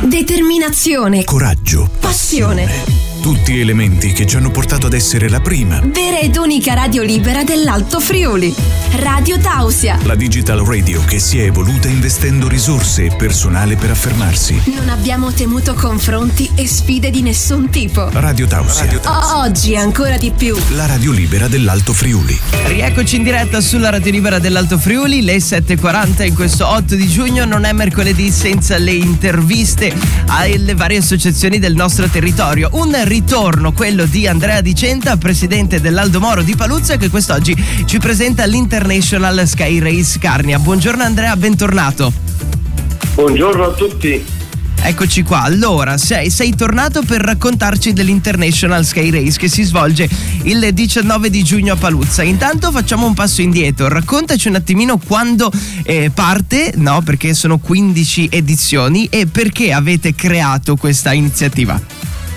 determinazione, coraggio, passione. Tutti elementi che ci hanno portato ad essere la prima, vera ed unica radio libera dell'Alto Friuli. Radio Tausia. La digital radio che si è evoluta investendo risorse e personale per affermarsi. Non abbiamo temuto confronti e sfide di nessun tipo. Radio Tausia. Oggi ancora di più. La radio libera dell'Alto Friuli. Rieccoci in diretta sulla radio libera dell'Alto Friuli, le 7:40 in questo 8 di giugno. Non è mercoledì senza le interviste alle varie associazioni del nostro territorio. Un ritorno, quello di Andrea Di Centa, presidente dell'Aldo Moro di Paluzza, che quest'oggi ci presenta l'International Sky Race Carnia. Buongiorno Andrea, bentornato. Buongiorno a tutti. Eccoci qua. Allora, sei tornato per raccontarci dell'International Sky Race che si svolge il 19 di giugno a Paluzza. Intanto facciamo un passo indietro, raccontaci un attimino quando parte, no? Perché sono 15 edizioni e perché avete creato questa iniziativa.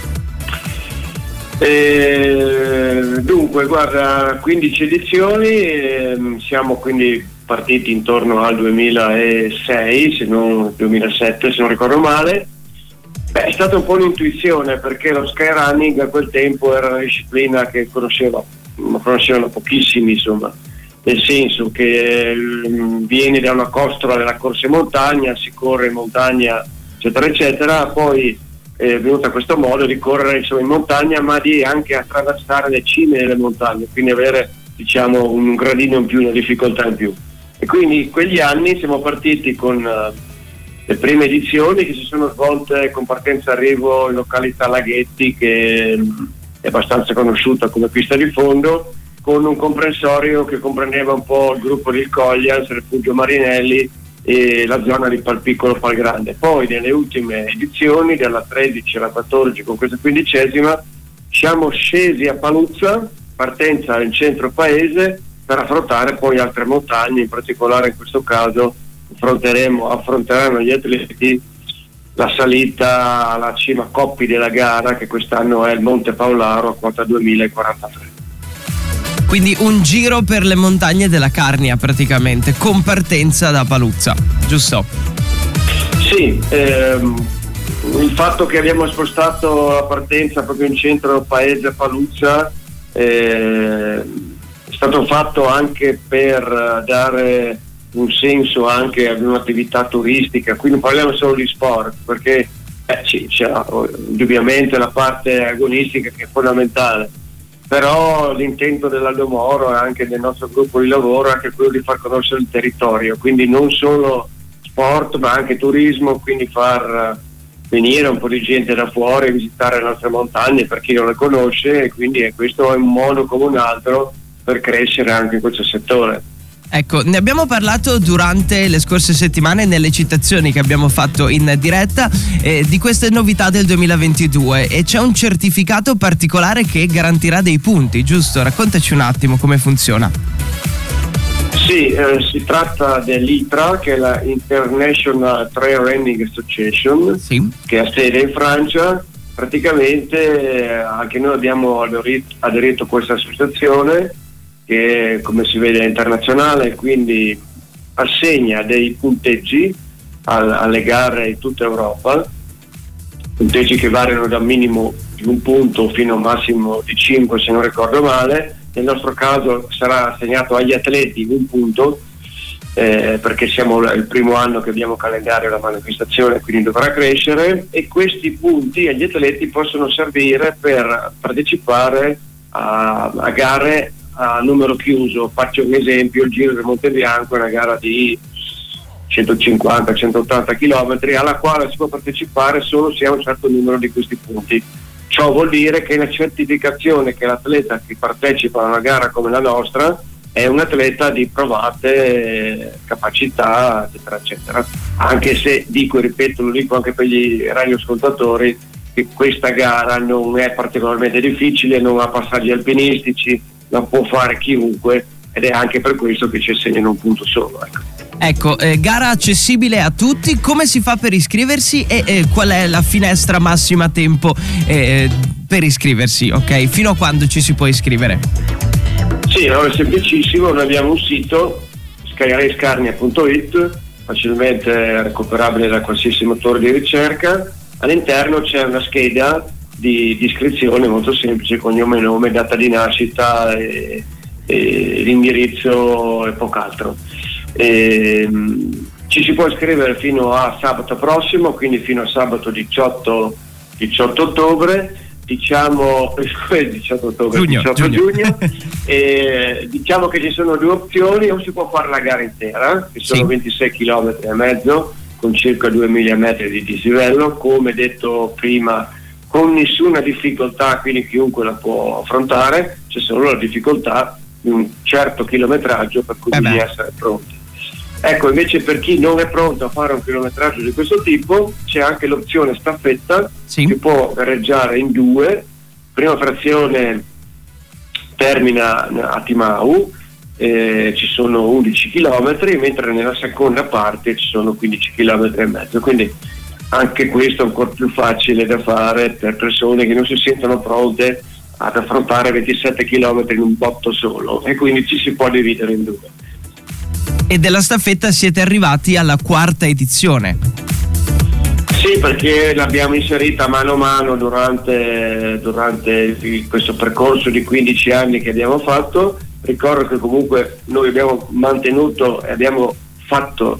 Dunque, guarda, 15 edizioni, siamo quindi partiti intorno al 2006, se non 2007, se non ricordo male. È stata un po' un'intuizione, perché lo skyrunning a quel tempo era una disciplina che conoscevano pochissimi, insomma, nel senso che viene da una costola della corsa in montagna, si corre in montagna, eccetera eccetera, poi è venuto a questo modo di correre, insomma, in montagna, ma di anche attraversare le cime delle montagne, quindi avere, diciamo, un gradino in più, una difficoltà in più. E quindi in quegli anni siamo partiti con le prime edizioni che si sono svolte con partenza e arrivo in località Laghetti, che è abbastanza conosciuta come pista di fondo, con un comprensorio che comprendeva un po' il gruppo di Coglians, Refugio Marinelli e la zona di Palpiccolo Palgrande. Poi nelle ultime edizioni, dalla 13 alla 14 con questa 15ª, siamo scesi a Paluzza, partenza in centro paese, per affrontare poi altre montagne, in particolare in questo caso affronteranno gli atleti la salita alla cima Coppi della gara, che quest'anno è il Monte Paolaro a quota 2043. Quindi un giro per le montagne della Carnia praticamente, con partenza da Paluzza, giusto? Sì, il fatto che abbiamo spostato la partenza proprio in centro paese a Paluzza è stato fatto anche per dare un senso anche ad un'attività turistica, qui non parliamo solo di sport, perché c'è indubbiamente la parte agonistica che è fondamentale, però l'intento dell'Aldo Moro e anche del nostro gruppo di lavoro è anche quello di far conoscere il territorio, quindi non solo sport ma anche turismo, quindi far venire un po' di gente da fuori a visitare le nostre montagne per chi non le conosce, e quindi questo è un modo come un altro per crescere anche in questo settore. Ecco, ne abbiamo parlato durante le scorse settimane nelle citazioni che abbiamo fatto in diretta di queste novità del 2022, e c'è un certificato particolare che garantirà dei punti, giusto? Raccontaci un attimo come funziona. Sì, si tratta dell'ITRA, che è la International Trail Running Association, sì, che ha sede in Francia. Praticamente anche noi abbiamo aderito a questa associazione, che come si vede è internazionale, quindi assegna dei punteggi alle gare in tutta Europa, punteggi che variano da minimo di un punto fino a un massimo di 5 se non ricordo male. Nel nostro caso sarà assegnato agli atleti un punto, perché siamo il primo anno che abbiamo calendario la manifestazione, quindi dovrà crescere, e questi punti agli atleti possono servire per partecipare a gare a numero chiuso. Faccio un esempio: il Giro del Monte Bianco è una gara di 150-180 km alla quale si può partecipare solo se ha un certo numero di questi punti. Ciò vuol dire che la certificazione che l'atleta che partecipa a una gara come la nostra è un atleta di provate capacità, eccetera eccetera, anche se dico e ripeto, lo dico anche per gli radioascoltatori, che questa gara non è particolarmente difficile, non ha passaggi alpinistici, la può fare chiunque, ed è anche per questo che ci assegnano un punto solo. Ecco, gara accessibile a tutti. Come si fa per iscriversi e qual è la finestra massima tempo per iscriversi? Ok, fino a quando ci si può iscrivere? Sì, allora è semplicissimo, noi abbiamo un sito skyracecarnia.it facilmente recuperabile da qualsiasi motore di ricerca. All'interno c'è una scheda di iscrizione molto semplice, cognome e nome, data di nascita e l'indirizzo e poco altro. Ci si può iscrivere fino a sabato prossimo, quindi fino a sabato 18 ottobre, diciamo 18 giugno. Diciamo che ci sono due opzioni: o si può fare la gara intera, che sono 26 km e mezzo con circa 2000 metri di dislivello, come detto prima, con nessuna difficoltà, quindi chiunque la può affrontare. C'è solo la difficoltà di un certo chilometraggio per cui bisogna essere pronti. Ecco, invece per chi non è pronto a fare un chilometraggio di questo tipo, c'è anche l'opzione staffetta, che può gareggiare in due. Prima frazione termina a Timau, ci sono 11 km, mentre nella seconda parte ci sono 15 km e mezzo, quindi anche questo è ancora più facile da fare per persone che non si sentono pronte ad affrontare 27 km in un botto solo, e quindi ci si può dividere in due. E della staffetta siete arrivati alla 4ª edizione? Sì, perché l'abbiamo inserita mano a mano durante questo percorso di 15 anni che abbiamo fatto. Ricordo che comunque noi abbiamo mantenuto e abbiamo fatto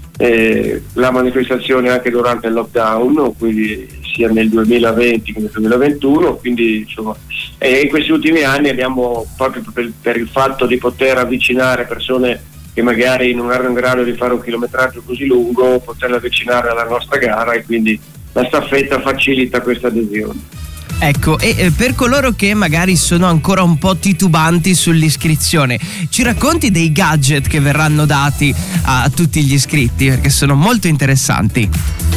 la manifestazione anche durante il lockdown, quindi sia nel 2020 che nel 2021, quindi insomma, e in questi ultimi anni abbiamo, proprio per il fatto di poter avvicinare persone che magari non erano in grado di fare un chilometraggio così lungo, poterle avvicinare alla nostra gara, e quindi la staffetta facilita questa adesione. Ecco, e per coloro che magari sono ancora un po' titubanti sull'iscrizione, ci racconti dei gadget che verranno dati a tutti gli iscritti, perché sono molto interessanti.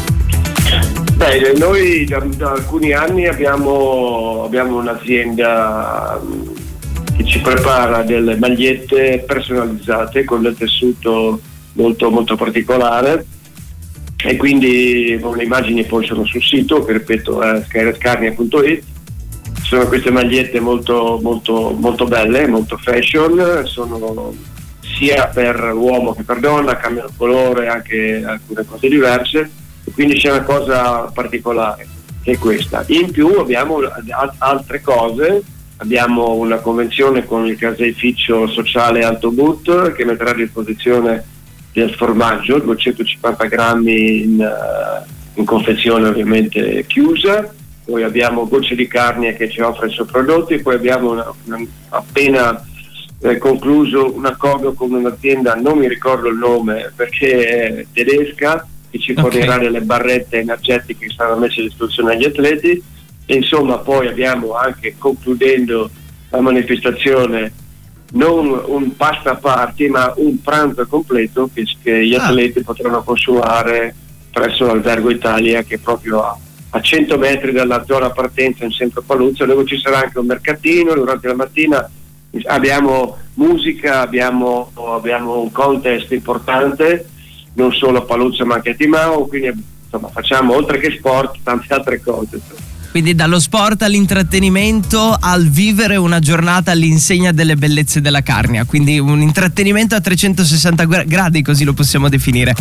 Beh, noi da alcuni anni abbiamo un'azienda che ci prepara delle magliette personalizzate con del tessuto molto molto particolare, e quindi le immagini poi sono sul sito, che ripeto è skyredcarnia.it. Sono queste magliette molto molto molto belle, molto fashion, sono sia per uomo che per donna, cambiano colore, anche alcune cose diverse, e quindi c'è una cosa particolare che è questa. In più abbiamo altre cose. Abbiamo una convenzione con il caseificio sociale Alto But, che metterà a disposizione del formaggio 250 grammi in confezione ovviamente chiusa. Poi abbiamo Gocce di Carnia che ci offre i suoi prodotti. Poi abbiamo appena concluso un accordo con un'azienda, non mi ricordo il nome perché è tedesca, che ci fornirà delle barrette energetiche che saranno messe a disposizione agli atleti. E insomma, poi abbiamo anche, concludendo la manifestazione, non un pasta party ma un pranzo completo che gli atleti potranno consumare presso l'Albergo Italia, che è proprio a 100 metri dalla zona partenza in centro Paluzza, dove ci sarà anche un mercatino. Durante la mattina abbiamo musica, abbiamo un contest importante non solo a Paluzza ma anche a Timau, quindi insomma facciamo, oltre che sport, tante altre cose. Quindi dallo sport all'intrattenimento, al vivere una giornata all'insegna delle bellezze della Carnia, quindi un intrattenimento a 360 gradi, così lo possiamo definire.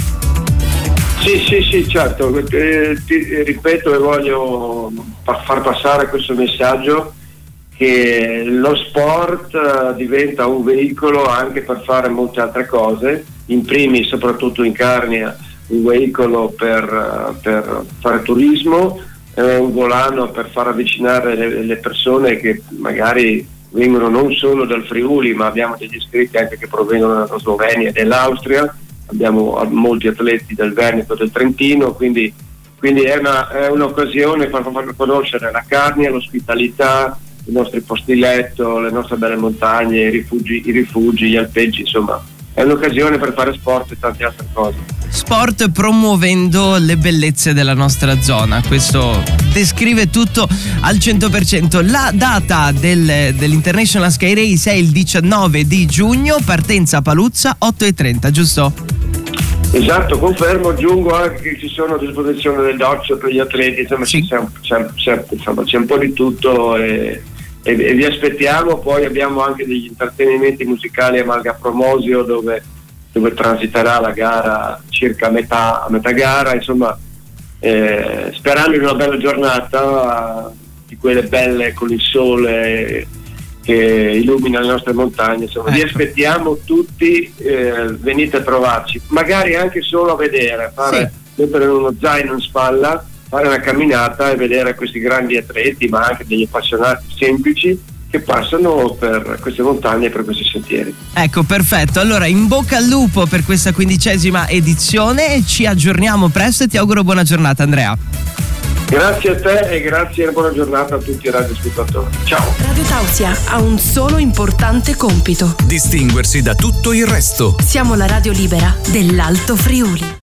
Sì, certo. Ti ripeto e voglio far passare questo messaggio, che lo sport diventa un veicolo anche per fare molte altre cose, in primis, soprattutto in Carnia, un veicolo per fare turismo, un volano per far avvicinare le persone che magari vengono non solo dal Friuli, ma abbiamo degli iscritti anche che provengono dalla Slovenia e dall'Austria, abbiamo molti atleti del Veneto e del Trentino, quindi è un'occasione per far conoscere la Carnia, l'ospitalità, i nostri posti letto, le nostre belle montagne, i rifugi, gli alpeggi, insomma è un'occasione per fare sport e tante altre cose. Sport promuovendo le bellezze della nostra zona, questo descrive tutto al 100%. La data dell'International Sky Race è il 19 di giugno, partenza a Paluzza 8:30, giusto? Esatto, confermo. Aggiungo anche che ci sono a disposizione del doccio per gli atleti, insomma sì. c'è un po' di tutto e vi aspettiamo. Poi abbiamo anche degli intrattenimenti musicali a Malga Promosio, dove dove transiterà la gara circa a metà gara, insomma, sperando in una bella giornata, di quelle belle con il sole che illumina le nostre montagne, insomma. Vi aspettiamo tutti, venite a trovarci, magari anche solo a vedere, mettere uno zaino in spalla, fare una camminata e vedere questi grandi atleti, ma anche degli appassionati semplici che passano per queste montagne e per questi sentieri. Ecco, perfetto. Allora, in bocca al lupo per questa 15ª edizione e ci aggiorniamo presto e ti auguro buona giornata, Andrea. Grazie a te e grazie e buona giornata a tutti i radioascoltatori. Ciao. Radio Tausia ha un solo importante compito: distinguersi da tutto il resto. Siamo la radio libera dell'Alto Friuli.